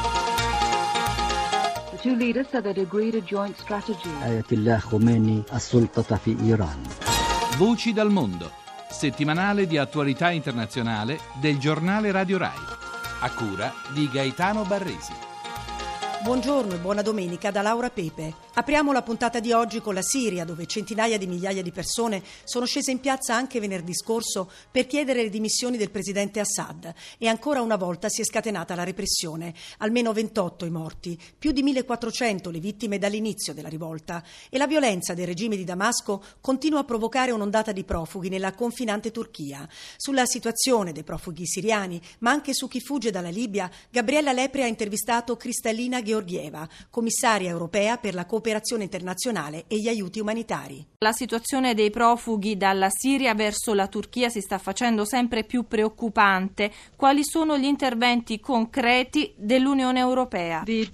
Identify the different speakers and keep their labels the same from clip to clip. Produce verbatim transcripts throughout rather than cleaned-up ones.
Speaker 1: The two leaders said they'd agreed a joint strategy.
Speaker 2: Ayatollah Khomeini السلطة في إيران.
Speaker 3: Voci dal mondo, settimanale di attualità internazionale del giornale Radio Rai, a cura di Gaetano Barresi.
Speaker 4: Buongiorno e buona domenica da Laura Pepe. Apriamo la puntata di oggi con la Siria, dove centinaia di migliaia di persone sono scese in piazza anche venerdì scorso per chiedere le dimissioni del presidente Assad. E ancora una volta si è scatenata la repressione. Almeno ventotto i morti, più di millequattrocento le vittime dall'inizio della rivolta. E la violenza del regime di Damasco continua a provocare un'ondata di profughi nella confinante Turchia. Sulla situazione dei profughi siriani, ma anche su chi fugge dalla Libia, Gabriella Lepre ha intervistato Kristallina Georgieva, commissaria europea per la cooperazione internazionale e gli aiuti umanitari.
Speaker 5: La situazione dei profughi dalla Siria verso la Turchia si sta facendo sempre più preoccupante. Quali sono gli interventi concreti dell'Unione Europea?
Speaker 6: Le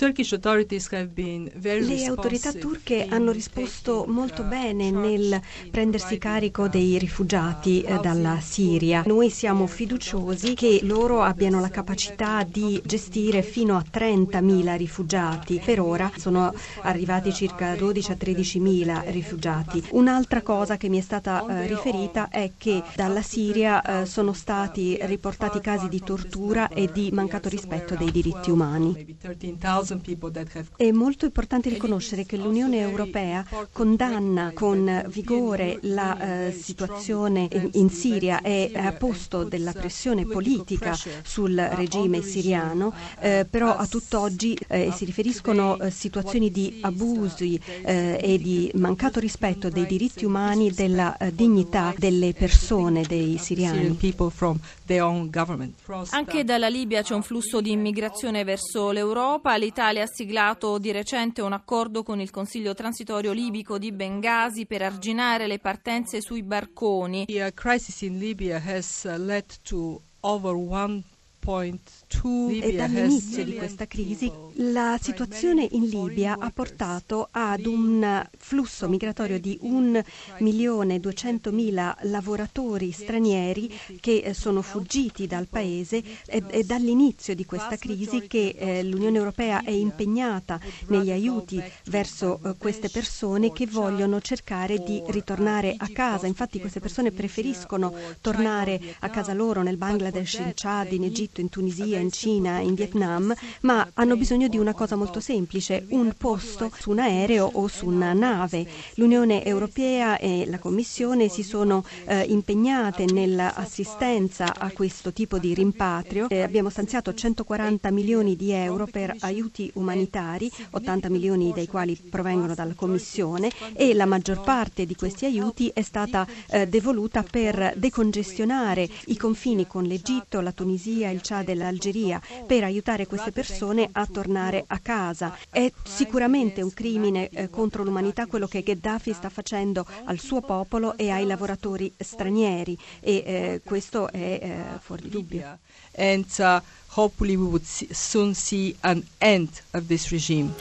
Speaker 6: autorità turche hanno risposto molto bene nel prendersi carico dei rifugiati eh, dalla Siria. Noi siamo fiduciosi che loro abbiano la capacità di gestire fino a trentamila rifugiati. Per ora sono arrivati circa dodici a tredicimila rifugiati. Un'altra cosa che mi è stata eh, riferita è che dalla Siria eh, sono stati riportati casi di tortura e di mancato rispetto dei diritti umani. È molto importante riconoscere che l'Unione Europea condanna con vigore la eh, situazione in, in Siria e ha posto della pressione politica sul regime siriano, eh, però a tutt'oggi eh, si riferiscono a situazioni di abusi eh, e di mancato rispetto dei diritti umani, della eh, dignità delle persone, dei siriani.
Speaker 5: Anche dalla Libia c'è un flusso di immigrazione verso l'Europa. L'Italia ha siglato di recente un accordo con il Consiglio transitorio libico di Bengasi per arginare le partenze sui barconi.
Speaker 6: The crisis in Libya has led to over one
Speaker 4: E dall'inizio di questa crisi la situazione in Libia ha portato ad un flusso migratorio di un milione duecentomila lavoratori stranieri che sono fuggiti dal paese. È, è dall'inizio di questa crisi che eh, l'Unione Europea è impegnata negli aiuti verso eh, queste persone che vogliono cercare di ritornare a casa. Infatti queste persone preferiscono tornare a casa loro nel Bangladesh, in Chad, in Egitto, in Tunisia, in Cina, in Vietnam, ma hanno bisogno di una cosa molto semplice, un posto su un aereo o su una nave. L'Unione Europea e la Commissione si sono eh, impegnate nell'assistenza a questo tipo di rimpatrio. Eh, abbiamo stanziato centoquaranta milioni di euro per aiuti umanitari, ottanta milioni dei quali provengono dalla Commissione, e la maggior parte di questi aiuti è stata eh, devoluta per decongestionare i confini con l'Egitto, la Tunisia, il Chad e l'Algeria, per aiutare queste persone a tornare a casa. È sicuramente un crimine eh, contro l'umanità quello che Gheddafi sta facendo al suo popolo e ai lavoratori stranieri, e eh, questo è eh, fuori di dubbio.
Speaker 6: And uh, hopefully we would see, soon see an end of this regime.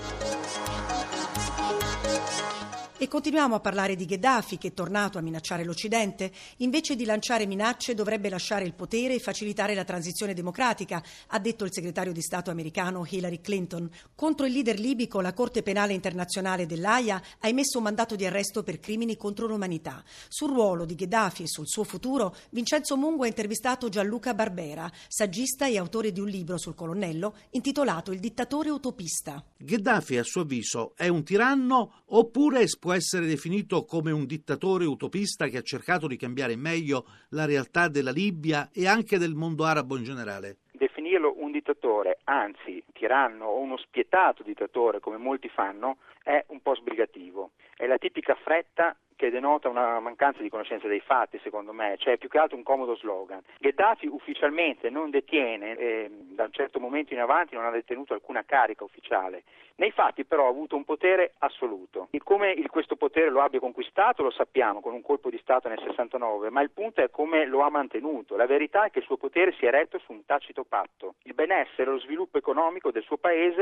Speaker 4: E continuiamo a parlare di Gheddafi, che è tornato a minacciare l'Occidente. Invece di lanciare minacce dovrebbe lasciare il potere e facilitare la transizione democratica, ha detto il segretario di Stato americano Hillary Clinton. Contro il leader libico la Corte Penale Internazionale dell'Aia ha emesso un mandato di arresto per crimini contro l'umanità. Sul ruolo di Gheddafi e sul suo futuro, Vincenzo Mungo ha intervistato Gianluca Barbera, saggista e autore di un libro sul colonnello intitolato Il dittatore utopista.
Speaker 7: Gheddafi, a suo avviso, è un tiranno oppure può essere definito come un dittatore utopista che ha cercato di cambiare in meglio la realtà della Libia e anche del mondo arabo in generale?
Speaker 8: Definirlo un dittatore, anzi tiranno o uno spietato dittatore, come molti fanno, è un po' sbrigativo. È la tipica fretta che denota una mancanza di conoscenza dei fatti, secondo me, cioè più che altro un comodo slogan. Gheddafi ufficialmente non detiene, eh, da un certo momento in avanti non ha detenuto alcuna carica ufficiale. Nei fatti però ha avuto un potere assoluto. E come il, questo potere lo abbia conquistato lo sappiamo, con un colpo di Stato nel sessantanove, ma il punto è come lo ha mantenuto. La verità è che il suo potere si è eretto su un tacito patto. Il benessere e lo sviluppo economico del suo paese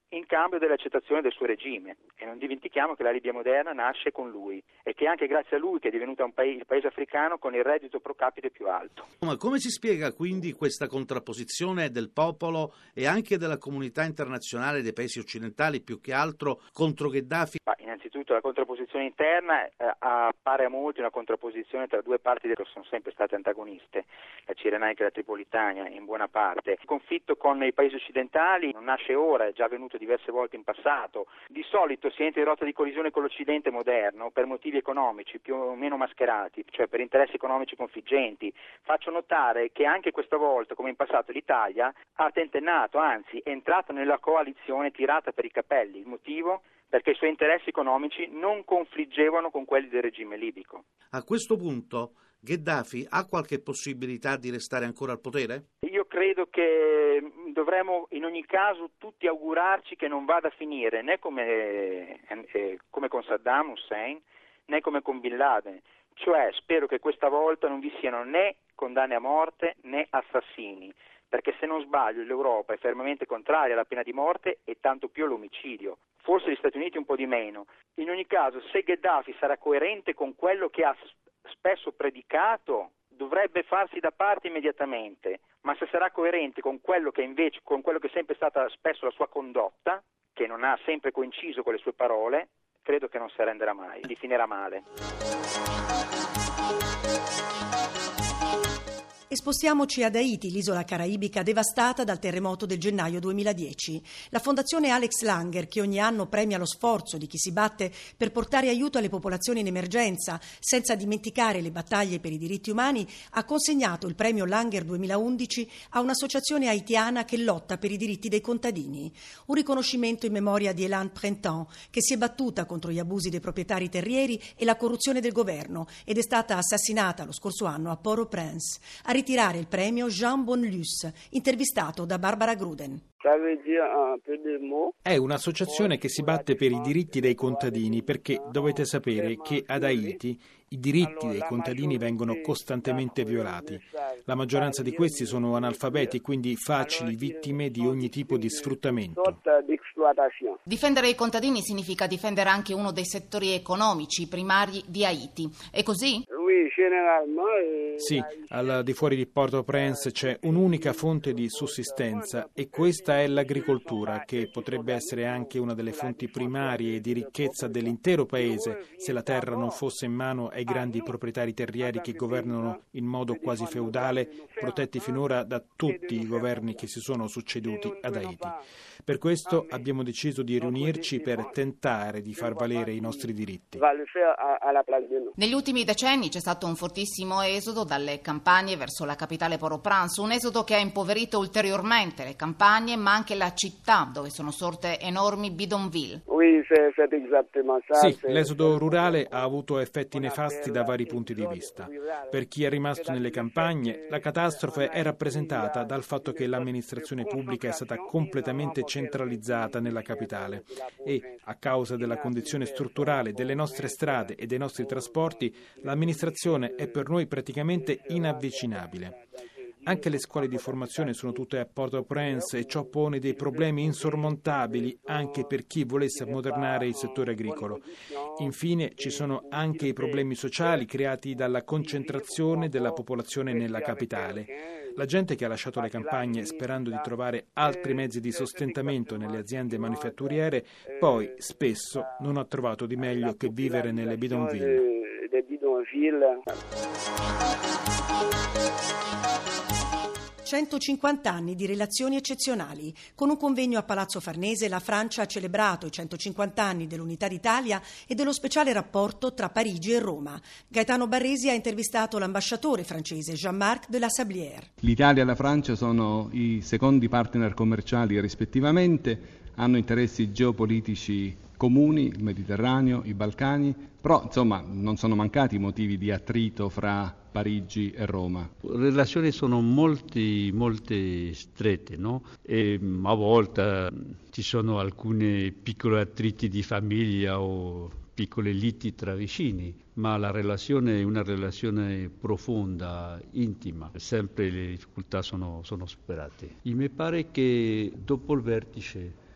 Speaker 8: in cambio dell'accettazione del suo regime. E non dimentichiamo che la Libia moderna nasce con lui e che anche grazie a lui che è divenuta un paese, il paese africano con il reddito pro capite più alto.
Speaker 7: Ma come si spiega quindi questa contrapposizione del popolo e anche della comunità internazionale dei paesi occidentali più che altro contro Gheddafi?
Speaker 8: Ma innanzitutto la contrapposizione interna eh, appare a molti una contrapposizione tra due parti che sono sempre state antagoniste, la Cirenaica e la Tripolitania in buona parte. Il conflitto con i paesi occidentali non nasce ora, è già avvenuto diverse volte in passato. Di solito si entra in rotta di collisione con l'Occidente moderno per motivi economici più o meno mascherati, cioè per interessi economici configgenti. Faccio notare che anche questa volta, come in passato, l'Italia ha tentennato, anzi è entrata nella coalizione tirata per i capelli. Il motivo? Perché i suoi interessi economici non confliggevano con quelli del regime libico.
Speaker 7: A questo punto Gheddafi ha qualche possibilità di restare ancora al potere?
Speaker 8: Io credo che dovremmo in ogni caso tutti augurarci che non vada a finire né come, eh, come con Saddam Hussein né come con Bin Laden. Cioè spero che questa volta non vi siano né condanne a morte né assassini, perché se non sbaglio l'Europa è fermamente contraria alla pena di morte e tanto più all'omicidio. Forse gli Stati Uniti un po' di meno. In ogni caso, se Gheddafi sarà coerente con quello che ha spesso predicato, dovrebbe farsi da parte immediatamente, ma se sarà coerente con quello che invece, con quello che è sempre stata spesso la sua condotta, che non ha sempre coinciso con le sue parole, credo che non si arrenderà mai, gli finirà male.
Speaker 9: E spostiamoci ad Haiti, l'isola caraibica devastata dal terremoto del gennaio duemiladieci. La fondazione Alex Langer, che ogni anno premia lo sforzo di chi si batte per portare aiuto alle popolazioni in emergenza, senza dimenticare le battaglie per i diritti umani, ha consegnato il premio Langer duemilaundici a un'associazione haitiana che lotta per i diritti dei contadini. Un riconoscimento in memoria di Hélène Printemps, che si è battuta contro gli abusi dei proprietari terrieri e la corruzione del governo ed è stata assassinata lo scorso anno a Port-au-Prince. A ritirare il premio Jean Bonlus, intervistato da Barbara Gruden.
Speaker 10: È un'associazione che si batte per i diritti dei contadini perché dovete sapere che ad Haiti i diritti dei contadini vengono costantemente violati. La maggioranza di questi sono analfabeti e quindi facili vittime di ogni tipo di sfruttamento.
Speaker 11: Difendere i contadini significa difendere anche uno dei settori economici primari di Haiti. È così?
Speaker 10: Sì, al di fuori di Port-au-Prince c'è un'unica fonte di sussistenza e questa è l'agricoltura, che potrebbe essere anche una delle fonti primarie di ricchezza dell'intero paese se la terra non fosse in mano ai grandi proprietari terrieri che governano in modo quasi feudale, protetti finora da tutti i governi che si sono succeduti ad Haiti. Per questo abbiamo deciso di riunirci per tentare di far valere i nostri diritti.
Speaker 11: Negli ultimi decenni c'è stato un fortissimo esodo dalle campagne verso la capitale Port-au-Prince, un esodo che ha impoverito ulteriormente le campagne ma anche la città dove sono sorte enormi bidonville.
Speaker 10: Sì, l'esodo rurale ha avuto effetti nefasti da vari punti di vista. Per chi è rimasto nelle campagne, la catastrofe è rappresentata dal fatto che l'amministrazione pubblica è stata completamente centralizzata nella capitale e, a causa della condizione strutturale delle nostre strade e dei nostri trasporti, l'amministrazione è per noi praticamente inavvicinabile. Anche le scuole di formazione sono tutte a Port-au-Prince e ciò pone dei problemi insormontabili anche per chi volesse ammodernare il settore agricolo. Infine ci sono anche i problemi sociali creati dalla concentrazione della popolazione nella capitale. La gente che ha lasciato le campagne sperando di trovare altri mezzi di sostentamento nelle aziende manifatturiere, poi spesso non ha trovato di meglio che vivere nelle bidonville.
Speaker 9: centocinquanta anni di relazioni eccezionali. Con un convegno a Palazzo Farnese la Francia ha celebrato i centocinquanta anni dell'Unità d'Italia e dello speciale rapporto tra Parigi e Roma. Gaetano Barresi ha intervistato l'ambasciatore francese Jean-Marc de la Sablière.
Speaker 12: L'Italia e la Francia sono i secondi partner commerciali rispettivamente, hanno interessi geopolitici comuni, il Mediterraneo, i Balcani, però insomma non sono mancati motivi di attrito fra Parigi e Roma.
Speaker 13: Le relazioni sono molti, molte strette, no? E a volte ci sono alcuni piccoli attriti di famiglia o piccole liti tra vicini, ma la relazione è una relazione profonda, intima, sempre le difficoltà sono, sono superate. E mi pare che dopo il vertice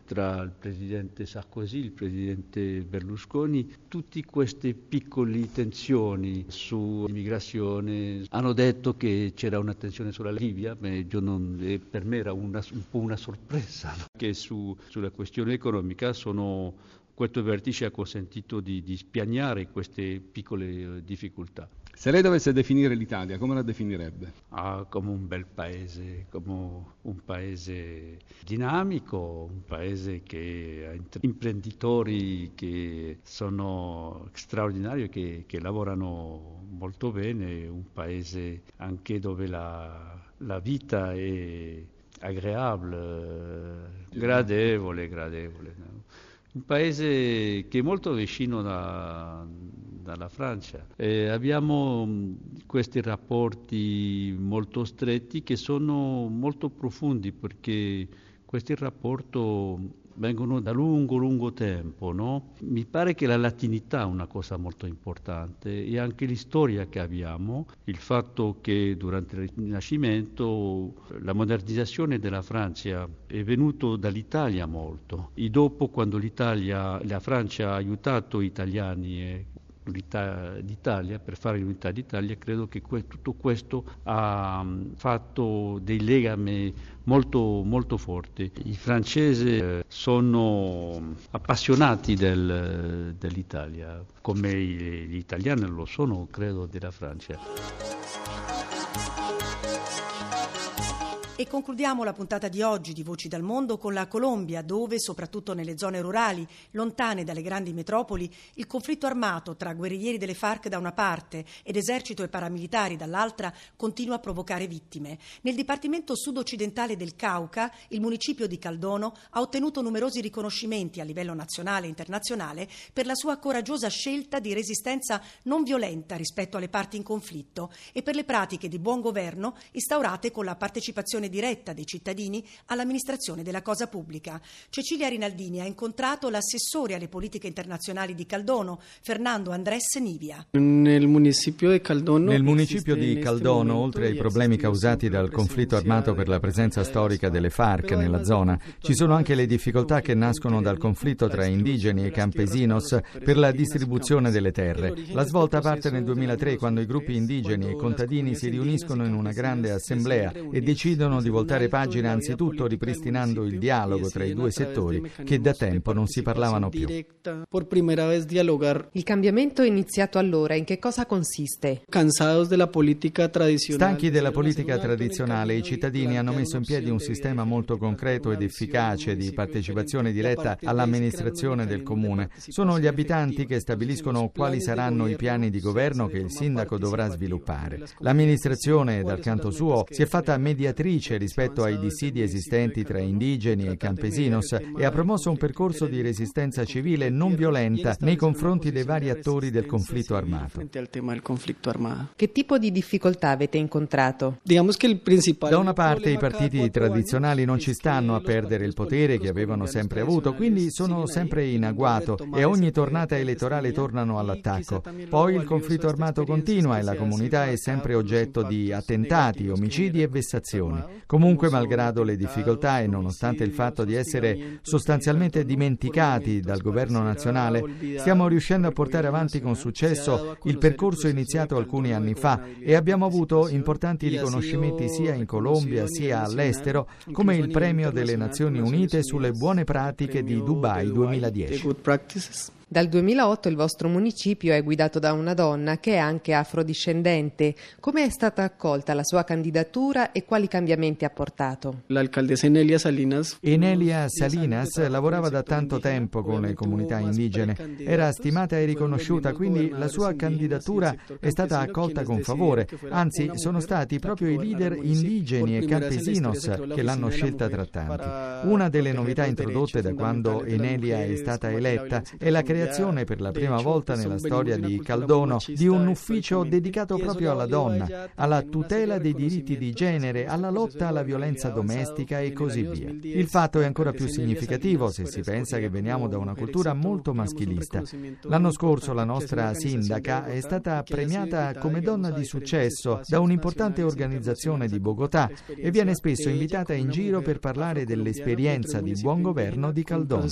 Speaker 13: tra il presidente Sarkozy e il presidente Berlusconi, tutte queste piccole tensioni sull'immigrazione hanno detto che c'era una tensione sulla Libia, ma io non, per me era una, un po' una sorpresa, no? Che su, sulla questione economica sono, questo vertice ha consentito di, di spianare queste piccole difficoltà.
Speaker 12: Se lei dovesse definire l'Italia, come la definirebbe?
Speaker 13: Ah, come un bel paese, come un paese dinamico, un paese che ha imprenditori che sono straordinari, che, che lavorano molto bene, un paese anche dove la, la vita è agreabile, gradevole, gradevole. No? Un paese che è molto vicino da, dalla Francia. E abbiamo questi rapporti molto stretti che sono molto profondi, perché questi rapporti vengono da lungo, lungo tempo, no? Mi pare che la latinità è una cosa molto importante e anche la storia che abbiamo, il fatto che durante il Rinascimento la modernizzazione della Francia è venuta dall'Italia molto e dopo, quando l'Italia, la Francia ha aiutato gli italiani e l'Italia per fare l'unità d'Italia, credo che que- tutto questo ha fatto dei legami molto, molto forti. I francesi sono appassionati del, dell'Italia, come gli italiani lo sono, credo, della Francia.
Speaker 9: E concludiamo la puntata di oggi di Voci dal Mondo con la Colombia, dove, soprattutto nelle zone rurali, lontane dalle grandi metropoli, il conflitto armato tra guerriglieri delle FARC da una parte ed esercito e paramilitari dall'altra continua a provocare vittime. Nel dipartimento sud-occidentale del Cauca, il municipio di Caldono ha ottenuto numerosi riconoscimenti a livello nazionale e internazionale per la sua coraggiosa scelta di resistenza non violenta rispetto alle parti in conflitto e per le pratiche di buon governo instaurate con la partecipazione diretta dei cittadini all'amministrazione della cosa pubblica. Cecilia Rinaldini ha incontrato l'assessore alle politiche internazionali di Caldono, Fernando Andrés Nivia.
Speaker 14: Nel municipio di Caldono,
Speaker 15: Nel municipio di Caldono, oltre ai problemi causati dal conflitto armato per la presenza storica delle FARC nella zona, ci sono anche le difficoltà che nascono dal conflitto tra indigeni e campesinos per la distribuzione delle terre. La svolta parte nel duemilatré, quando i gruppi indigeni e contadini si riuniscono in una grande assemblea e decidono di voltare pagina, anzitutto ripristinando il dialogo tra i due settori che da tempo non si parlavano più.
Speaker 16: Il cambiamento è iniziato allora. In che cosa consiste?
Speaker 15: Stanchi della politica tradizionale, i cittadini hanno messo in piedi un sistema molto concreto ed efficace di partecipazione diretta all'amministrazione del comune. Sono gli abitanti che stabiliscono quali saranno i piani di governo che il sindaco dovrà sviluppare. L'amministrazione, dal canto suo, si è fatta mediatrice rispetto ai dissidi esistenti tra indigeni e campesinos e ha promosso un percorso di resistenza civile non violenta nei confronti dei vari attori del conflitto armato.
Speaker 16: Che tipo di difficoltà avete incontrato?
Speaker 15: Da una parte i partiti tradizionali non ci stanno a perdere il potere che avevano sempre avuto, quindi sono sempre in agguato e a ogni tornata elettorale tornano all'attacco. Poi il conflitto armato continua e la comunità è sempre oggetto di attentati, omicidi e vessazioni. Comunque, malgrado le difficoltà e nonostante il fatto di essere sostanzialmente dimenticati dal governo nazionale, stiamo riuscendo a portare avanti con successo il percorso iniziato alcuni anni fa e abbiamo avuto importanti riconoscimenti sia in Colombia sia all'estero, come il premio delle Nazioni Unite sulle buone pratiche di Dubai duemiladieci.
Speaker 16: Dal duemilaotto il vostro municipio è guidato da una donna che è anche afrodiscendente. Come è stata accolta la sua candidatura e quali cambiamenti ha portato?
Speaker 14: L'alcaldessa Enelia Salinas.
Speaker 15: Enelia Salinas lavorava da tanto tempo con le comunità indigene. Era stimata e riconosciuta, quindi la sua candidatura è stata accolta con favore. Anzi, sono stati proprio i leader indigeni e campesinos che l'hanno scelta tra tanti. Una delle novità introdotte da quando Enelia è stata eletta è la creazione creazione per la prima volta nella storia di Caldono di un ufficio dedicato proprio alla donna, alla tutela dei diritti di genere, alla lotta alla violenza domestica e così via. Il fatto è ancora più significativo se si pensa che veniamo da una cultura molto maschilista. L'anno scorso la nostra sindaca è stata premiata come donna di successo da un'importante organizzazione di Bogotà e viene spesso invitata in giro per parlare dell'esperienza di buon governo di Caldono.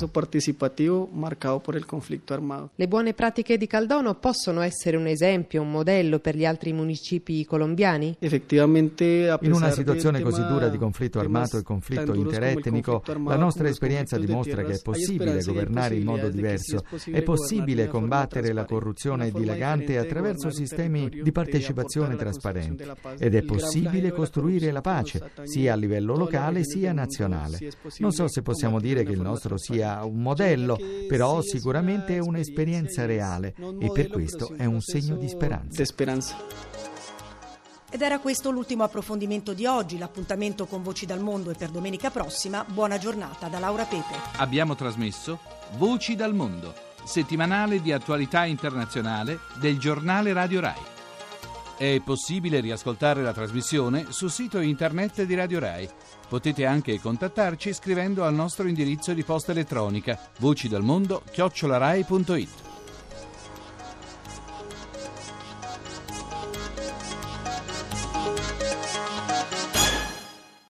Speaker 16: Le buone pratiche di Caldono possono essere un esempio, un modello per gli altri municipi colombiani?
Speaker 15: In una situazione così dura di conflitto armato e conflitto interetnico, la nostra esperienza dimostra che è possibile governare in modo diverso, è possibile combattere la corruzione dilagante attraverso sistemi di partecipazione trasparenti ed è possibile costruire la pace, sia a livello locale sia nazionale. Non so se possiamo dire che il nostro sia un modello, però sicuramente è un'esperienza reale e per questo è un segno di speranza.
Speaker 9: Ed era questo l'ultimo approfondimento di oggi. L'appuntamento con Voci dal Mondo è per domenica prossima. Buona giornata da Laura Pepe.
Speaker 3: Abbiamo trasmesso Voci dal Mondo, settimanale di attualità internazionale del giornale Radio Rai. È possibile riascoltare la trasmissione sul sito internet di Radio Rai. Potete anche contattarci scrivendo al nostro indirizzo di posta elettronica voci dal mondo chiocciola rai punto it.